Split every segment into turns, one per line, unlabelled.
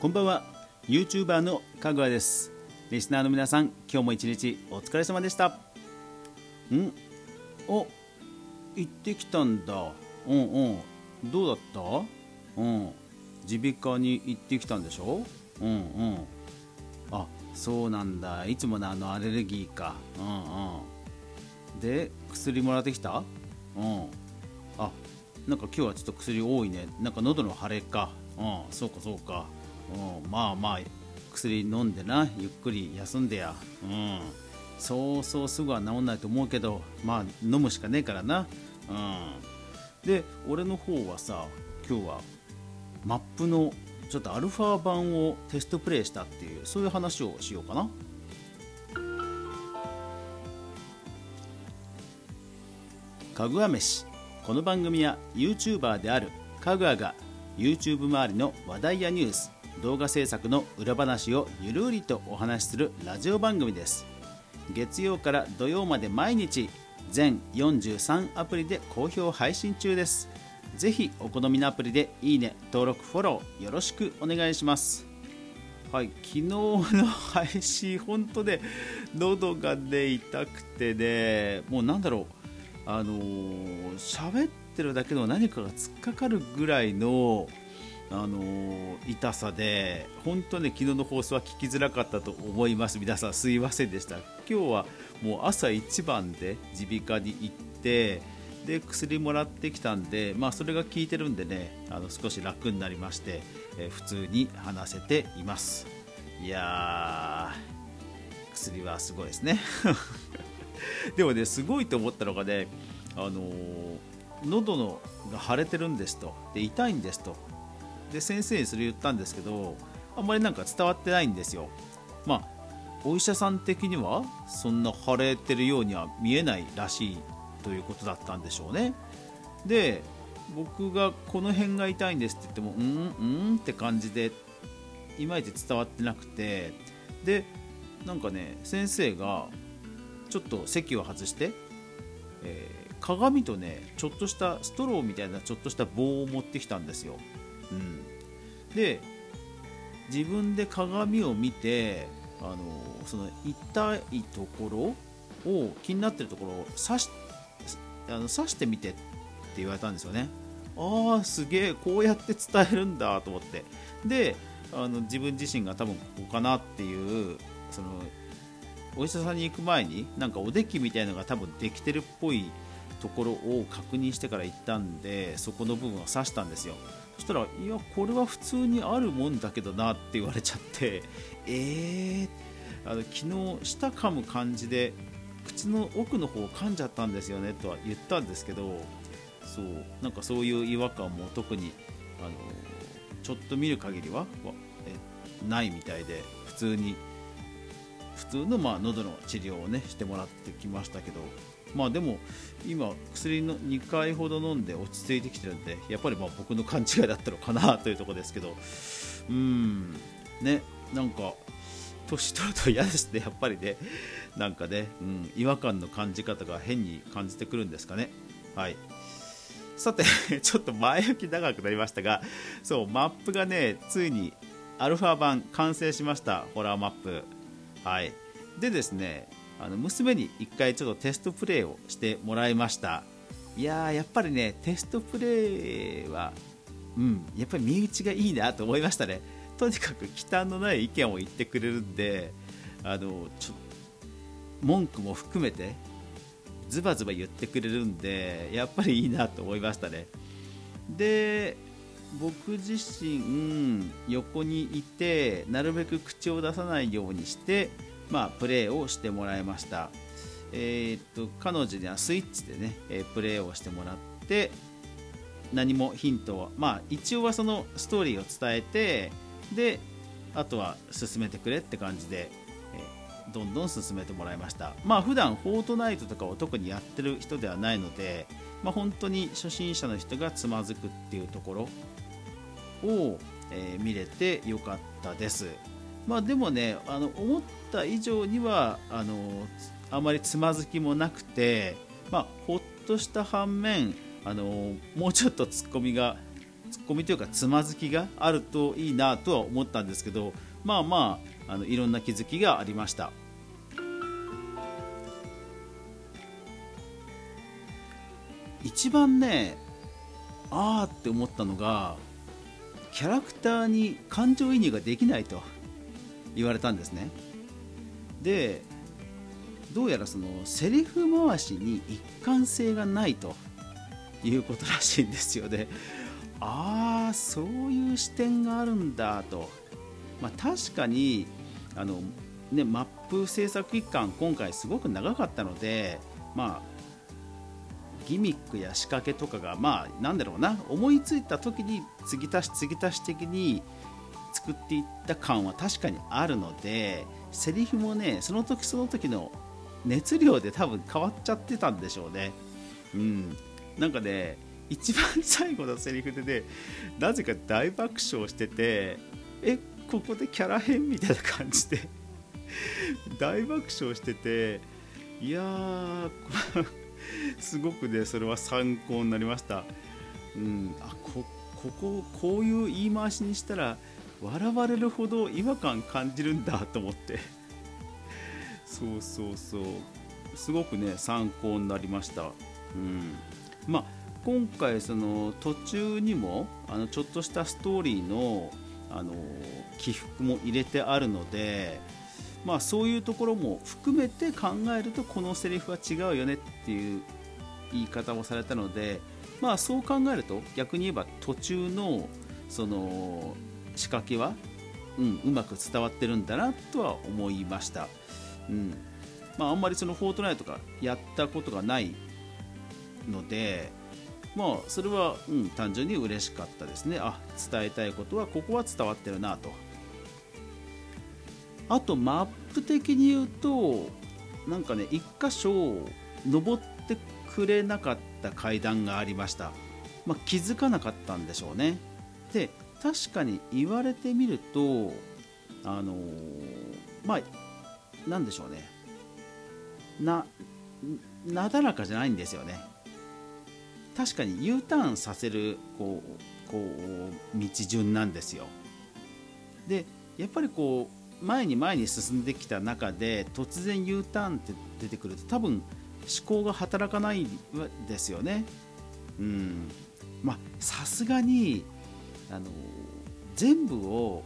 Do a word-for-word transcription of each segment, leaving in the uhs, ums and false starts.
こんばんは、 YouTuber のかぐわです。リスナーの皆さん、今日も一日お疲れ様でした。んお、行ってきたんだ。うんうん、どうだった？うん耳鼻科に行ってきたんでしょ。うんうん、あ、そうなんだ。いつものあのアレルギーか。うんうん、で薬もらってきた？うん、あ、なんか今日はちょっと薬多いね。なんか喉の腫れか。うん、そうかそうか。うん、まあまあ薬飲んでな、ゆっくり休んでや。うん、そうそうすぐは治んないと思うけど、まあ飲むしかねえからな。うん、で俺の方はさ、今日はマップのちょっとアルファ版をテストプレイしたっていう、そういう話をしようかな。かぐわ飯。この番組は YouTuber であるかぐわが YouTube 周りの話題やニュース、動画制作の裏話をゆるりとお話しするラジオ番組です。月曜から土曜まで毎日全よんじゅうさんアプリで好評配信中です。ぜひお好みのアプリでいいね、登録、フォローよろしくお願いします。はい、昨日の配信本当で喉がね痛くてね、もうなんだろう、あのー、喋ってるだけの何かが突っかかるぐらいのあのー、痛さで、本当ね昨日の放送は聞きづらかったと思います。皆さんすいませんでした。今日はもう朝一番で耳鼻科に行って、で薬もらってきたんで、まあ、それが効いてるんでね、あの少し楽になりまして、えー、普通に話せています。いやー、薬はすごいですねでもね、すごいと思ったのがね、あのー、喉のが腫れてるんですと、で痛いんですと、で先生にそれ言ったんですけど、あんまりなんか伝わってないんですよ。まあお医者さん的にはそんな腫れてるようには見えないらしいということだったんでしょうね。で僕がこの辺が痛いんですって言っても、うんうんって感じでいまいち伝わってなくて、でなんかね、先生がちょっと席を外して、えー、鏡とね、ちょっとしたストローみたいなちょっとした棒を持ってきたんですよ。うん、で自分で鏡を見て、あのその痛いところを、気になってるところを刺しあの刺してみてって言われたんですよね。ああすげえ、こうやって伝えるんだと思って、であの自分自身が多分ここかなっていう、そのお医者さんに行く前になんかおできみたいなのが多分できてるっぽいところを確認してから行ったんで、そこの部分を刺したんですよ。そしたら、いやこれは普通にあるもんだけどなって言われちゃって、えー、あの昨日舌噛む感じで口の奥の方を噛んじゃったんですよねとは言ったんですけど、そうなんかそういう違和感も特にあのちょっと見る限りはえないみたいで、普通に普通のまあ喉の治療をねしてもらってきましたけど、まあでも今薬のにかいほど飲んで落ち着いてきてるんで、やっぱりまあ僕の勘違いだったのかなというところですけど、うーんね、なんか年取ると嫌ですね、やっぱりね。なんかね、うん、違和感の感じ方が変に感じてくるんですかね。はい、さてちょっと前置き長くなりましたが、そうマップがねついにアルファ版完成しました。ホラーマップ。はい、でですね、あの娘にいっかいちょっとテストプレイをしてもらいました。いやー、やっぱりねテストプレイは、うん、やっぱり身内がいいなと思いましたね。とにかく忌憚のない意見を言ってくれるんで、あのちょ文句も含めてズバズバ言ってくれるんで、やっぱりいいなと思いましたね。で僕自身、うん、横にいてなるべく口を出さないようにして、まあ、プレーをしてもらいました。えー、っと彼女にはスイッチでね、えー、プレーをしてもらって、何もヒントは、まあ、一応はそのストーリーを伝えて、であとは進めてくれって感じで、えー、どんどん進めてもらいました。まあ普段フォートナイトとかを特にやってる人ではないので、まあ、本当に初心者の人がつまずくっていうところを、えー、見れてよかったです。まあ、でもね、あの思った以上にはあのあまりつまずきもなくて、まあ、ほっとした反面、あのもうちょっとツッコミがツッコミというかつまずきがあるといいなとは思ったんですけど、まあまあ、あのいろんな気づきがありました。一番ねあーって思ったのが、キャラクターに感情移入ができないと言われたんですね。でどうやらそのセリフ回しに一貫性がないということらしいんですよね。ああ、そういう視点があるんだと。まあ、確かにあの、ね、マップ制作期間今回すごく長かったので、まあギミックや仕掛けとかが、まあなんだろうな、思いついた時に継ぎ足し継ぎ足し的に作っていった感は確かにあるので、セリフもねその時その時の熱量で多分変わっちゃってたんでしょうね。うん、なんかね一番最後のセリフでね、なぜか大爆笑してて、えここでキャラ変みたいな感じで大爆笑してて、いやーすごくねそれは参考になりました。うん、あ こ, こここういう言い回しにしたら笑われるほど違和感感じるんだと思ってそうそうそう、すごくね参考になりました。うん、まあ今回その途中にもあのちょっとしたストーリーのあの起伏も入れてあるので、まあ、そういうところも含めて考えるとこのセリフは違うよねっていう言い方をされたので、まあ、そう考えると逆に言えば途中のその仕掛けは、うん、うまく伝わってるんだなとは思いました。うんまあ、あんまりそのフォートナイトとかやったことがないので、まあ、それは、うん、単純に嬉しかったですね。あ、伝えたいことはここは伝わってるなと。あとマップ的に言うとなんかね一箇所登ってくれなかった階段がありました。まあ、気づかなかったんでしょうね。で確かに言われてみるとあのー、まあなんでしょうね、ななだらかじゃないんですよね。確かに U ターンさせるこうこう道順なんですよ。でやっぱりこう前に前に進んできた中で突然 U ターンって出てくると多分思考が働かないですよね。うん、まあさすがにあの全部を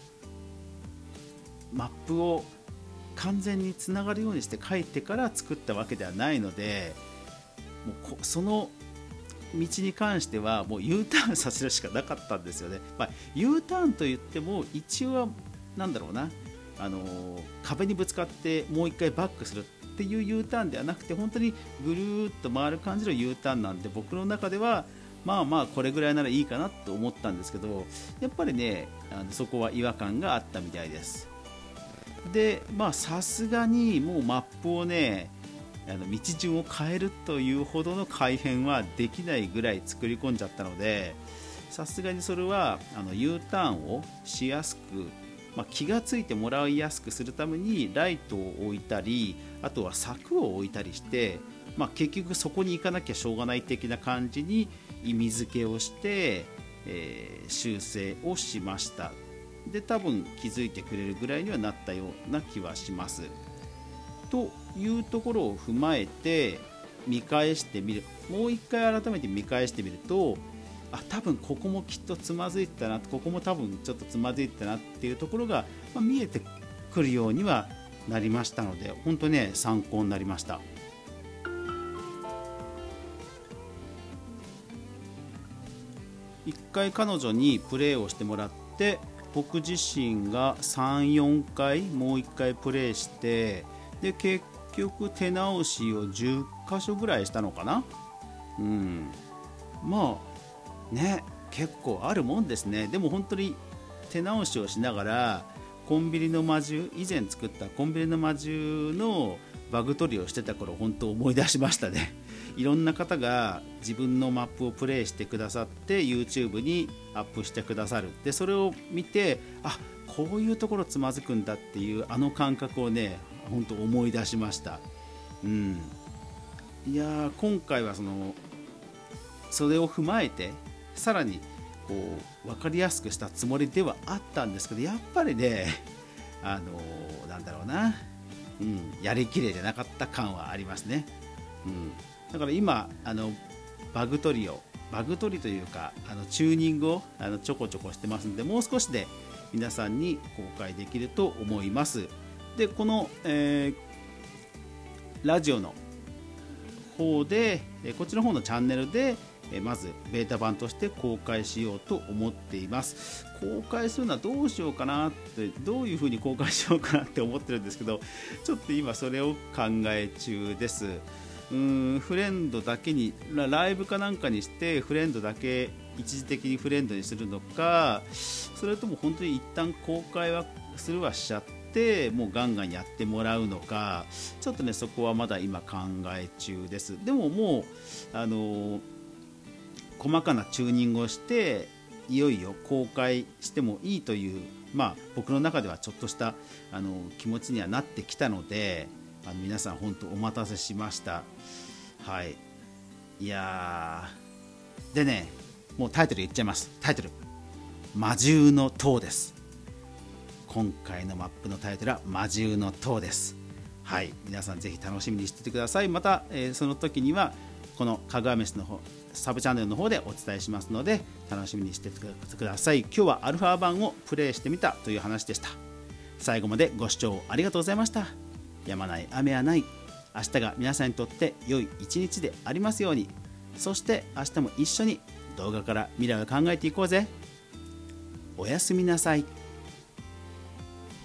マップを完全につながるようにして書いてから作ったわけではないので、もうその道に関してはもう U ターンさせるしかなかったんですよね。まあ、U ターンといっても一応はなんだろうな、あの壁にぶつかってもう一回バックするっていう U ターンではなくて、本当にぐるーっと回る感じの U ターンなんで、僕の中ではまあまあこれぐらいならいいかなと思ったんですけど、やっぱりねあのそこは違和感があったみたいです。でまあさすがにもうマップをねあの道順を変えるというほどの改変はできないぐらい作り込んじゃったので、さすがにそれはあの U ターンをしやすく、まあ、気がついてもらいやすくするためにライトを置いたり、あとは柵を置いたりして、まあ、結局そこに行かなきゃしょうがない的な感じに意味付けをして、えー、修正をしました。で多分気づいてくれるぐらいにはなったような気はします。というところを踏まえて見返してみる、もう一回改めて見返してみると、あ多分ここもきっとつまずいてたな、ここも多分ちょっとつまずいてたなっていうところが、まあ、見えてくるようにはなりましたので、本当ね参考になりました。一回彼女にプレーをしてもらって、僕自身がさん、よんかいもういっかいプレイして、で結局手直しをじゅっかしょぐらいしたのかな。うん、まあね結構あるもんですね。でも本当に手直しをしながらコンビニの魔獣、以前作ったコンビニの魔獣のバグ取りをしてた頃、本当思い出しましたね。いろんな方が自分のマップをプレイしてくださって YouTube にアップしてくださる。でそれを見て、あこういうところつまずくんだっていうあの感覚をね本当思い出しました。うん、いや今回はそのそれを踏まえてさらにこう分かりやすくしたつもりではあったんですけど、やっぱりねあのなんだろうな、うん、やりきれじゃなかった感はありますね。うん、だから今あのバグ取りをバグ取りというかあのチューニングをあのちょこちょこしてますので、もう少しで皆さんに公開できると思います。でこの、えー、ラジオの方でこっちの方のチャンネルでまずベータ版として公開しようと思っています。公開するのはどうしようかなって、どういう風に公開しようかなって思ってるんですけど、ちょっと今それを考え中です。うーんフレンドだけにライブかなんかにしてフレンドだけ一時的にフレンドにするのか、それとも本当に一旦公開はするはしちゃってもうガンガンやってもらうのか、ちょっとねそこはまだ今考え中です。でももうあの細かなチューニングをしていよいよ公開してもいいという、まあ、僕の中ではちょっとしたあの気持ちにはなってきたので、あの皆さん本当お待たせしました。はい、いやーでね、もうタイトル言っちゃいます。タイトル魔獣の塔です。今回のマップのタイトルは魔獣の塔です。はい、皆さんぜひ楽しみにしててください。また、えー、その時にはこのかぐわ飯の方サブチャンネルの方でお伝えしますので楽しみにしてください。今日はアルファ版をプレイしてみたという話でした。最後までご視聴ありがとうございました。やまない雨はない。明日が皆さんにとって良い一日でありますように。そして明日も一緒に動画から未来を考えていこうぜ。おやすみなさい。